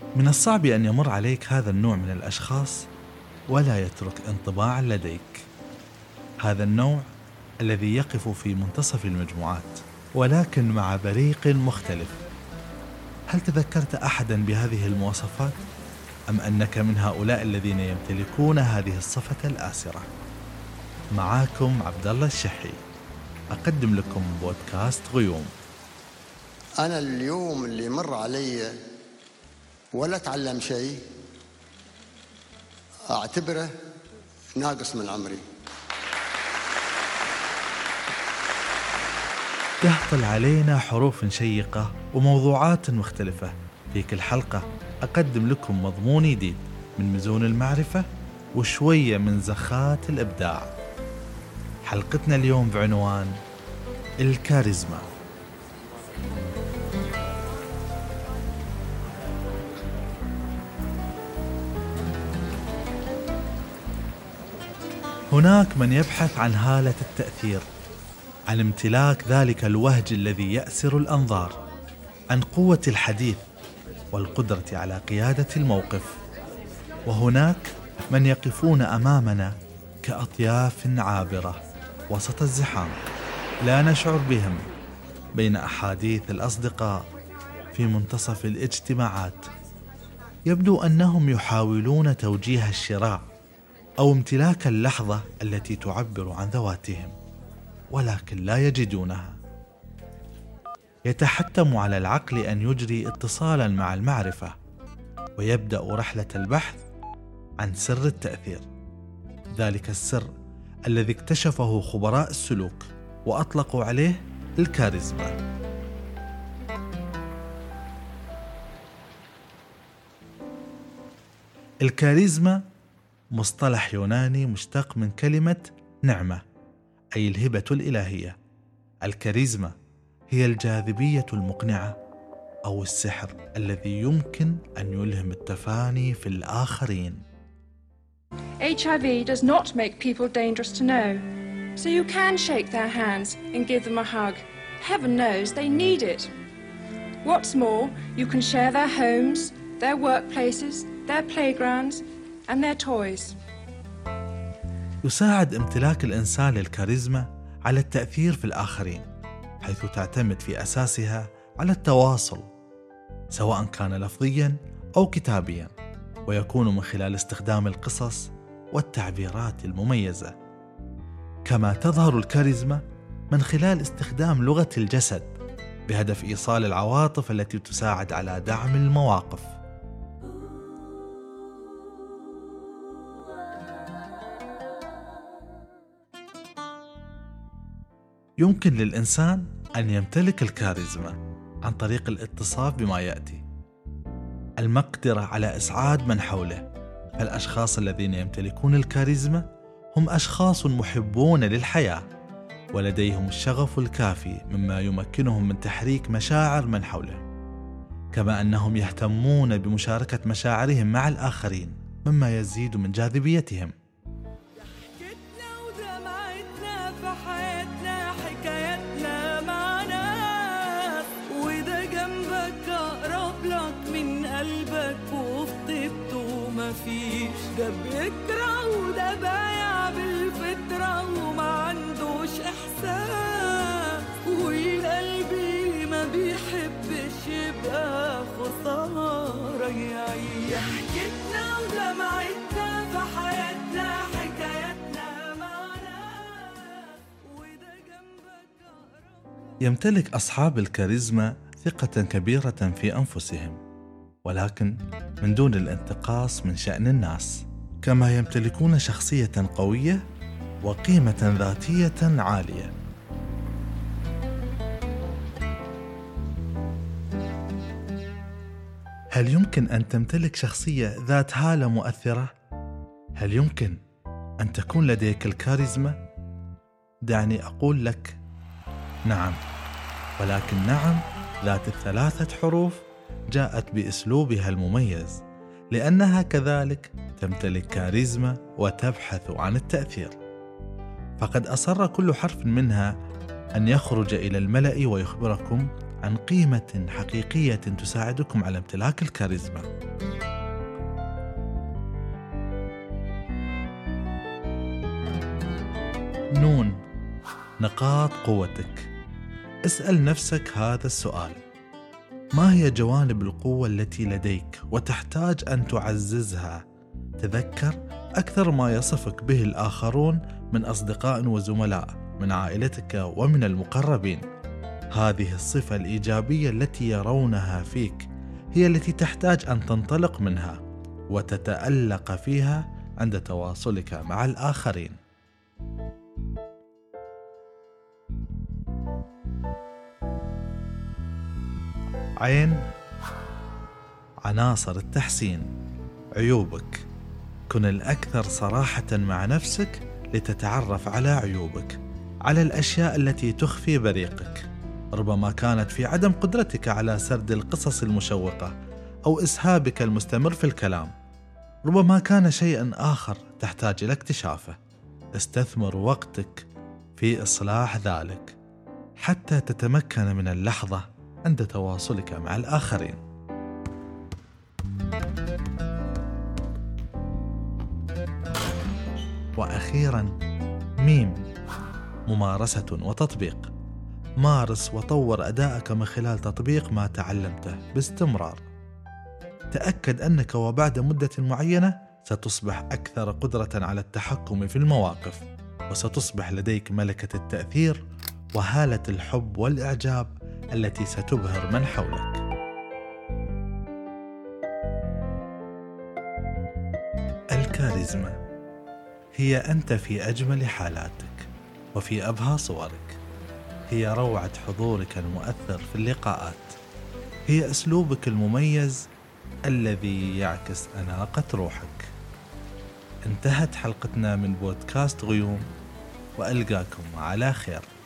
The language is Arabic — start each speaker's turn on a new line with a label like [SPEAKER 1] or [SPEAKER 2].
[SPEAKER 1] من الصعب أن يمر عليك هذا النوع من الأشخاص ولا يترك انطباعا لديك. هذا النوع الذي يقف في منتصف المجموعات ولكن مع بريق مختلف. هل تذكرت أحدا بهذه المواصفات؟ أم أنك من هؤلاء الذين يمتلكون هذه الصفة الآسرة؟ معاكم عبد الله الشحي، أقدم لكم بودكاست غيوم.
[SPEAKER 2] أنا اليوم اللي مر علي ولا أتعلم شيء أعتبره ناقص من عمري.
[SPEAKER 1] تهطل علينا حروف شيقة وموضوعات مختلفة. في كل حلقة أقدم لكم مضمون جديد من مزون المعرفة وشوية من زخات الإبداع. حلقتنا اليوم بعنوان الكاريزما. هناك من يبحث عن هالة التأثير، عن امتلاك ذلك الوهج الذي يأسر الأنظار، عن قوة الحديث والقدرة على قيادة الموقف. وهناك من يقفون أمامنا كأطياف عابرة وسط الزحام، لا نشعر بهم، بين أحاديث الأصدقاء، في منتصف الاجتماعات. يبدو أنهم يحاولون توجيه الشراع أو امتلاك اللحظة التي تعبر عن ذواتهم، ولكن لا يجدونها. يتحتم على العقل أن يجري اتصالا مع المعرفة ويبدأ رحلة البحث عن سر التأثير، ذلك السر الذي اكتشفه خبراء السلوك وأطلقوا عليه الكاريزما. الكاريزما مصطلح يوناني مشتق من كلمة نعمة، أي الهبة الإلهية. الكاريزما هي الجاذبية المقنعة أو السحر الذي يمكن أن يلهم التفاني في الآخرين.
[SPEAKER 3] HIV does not make people dangerous to know, so you can shake their hands and give them a hug. Heaven knows they need it. What's more, you can share their homes, their workplaces, their playgrounds and their toys.
[SPEAKER 1] يساعد امتلاك الإنسان للكاريزما على التأثير في الآخرين، حيث تعتمد في أساسها على التواصل، سواء كان لفظيا أو كتابيا، ويكون من خلال استخدام القصص والتعبيرات المميزة. كما تظهر الكاريزما من خلال استخدام لغة الجسد بهدف إيصال العواطف التي تساعد على دعم المواقف. يمكن للإنسان أن يمتلك الكاريزما عن طريق الاتصاف بما يأتي: المقدرة على إسعاد من حوله. فالأشخاص الذين يمتلكون الكاريزما هم أشخاص محبون للحياة ولديهم الشغف الكافي مما يمكنهم من تحريك مشاعر من حوله، كما أنهم يهتمون بمشاركة مشاعرهم مع الآخرين مما يزيد من جاذبيتهم.
[SPEAKER 4] ده بيكره وده بايع بالفطرة وما عندوش إحساس، والقلبي ما بيحبش يبقى خسارة يعيش. حكيتنا ودمعتنا في حياتنا حكاياتنا معنا وده جنبك.
[SPEAKER 1] يمتلك أصحاب الكاريزما ثقة كبيرة في أنفسهم، ولكن من دون الانتقاص من شأن الناس. كما يمتلكون شخصية قوية وقيمة ذاتية عالية. هل يمكن أن تمتلك شخصية ذات هالة مؤثرة؟ هل يمكن أن تكون لديك الكاريزما؟ دعني أقول لك نعم، ولكن نعم ذات الثلاثة حروف جاءت بأسلوبها المميز، لأنها كذلك تمتلك كاريزما وتبحث عن التأثير. فقد أصر كل حرف منها أن يخرج إلى الملأ ويخبركم عن قيمة حقيقية تساعدكم على امتلاك الكاريزما. نون، نقاط قوتك. اسأل نفسك هذا السؤال: ما هي جوانب القوة التي لديك وتحتاج أن تعززها؟ تذكر أكثر ما يصفك به الآخرون من أصدقاء وزملاء، من عائلتك ومن المقربين. هذه الصفة الإيجابية التي يرونها فيك هي التي تحتاج أن تنطلق منها وتتألق فيها عند تواصلك مع الآخرين. عين، عناصر التحسين. عيوبك. كن الأكثر صراحة مع نفسك لتتعرف على عيوبك، على الأشياء التي تخفي بريقك. ربما كانت في عدم قدرتك على سرد القصص المشوقة أو إسهابك المستمر في الكلام. ربما كان شيئا آخر تحتاج إلى اكتشافه. استثمر وقتك في إصلاح ذلك حتى تتمكن من اللحظة عند تواصلك مع الآخرين. وأخيرا، ميم، ممارسة وتطبيق. مارس وطور أداءك من خلال تطبيق ما تعلمته باستمرار. تأكد أنك وبعد مدة معينة ستصبح أكثر قدرة على التحكم في المواقف، وستصبح لديك ملكة التأثير وهالة الحب والإعجاب التي ستبهر من حولك. الكاريزما هي أنت في أجمل حالاتك وفي أبهى صورك. هي روعة حضورك المؤثر في اللقاءات. هي أسلوبك المميز الذي يعكس أناقة روحك. انتهت حلقتنا من بودكاست غيوم، وألقاكم على خير.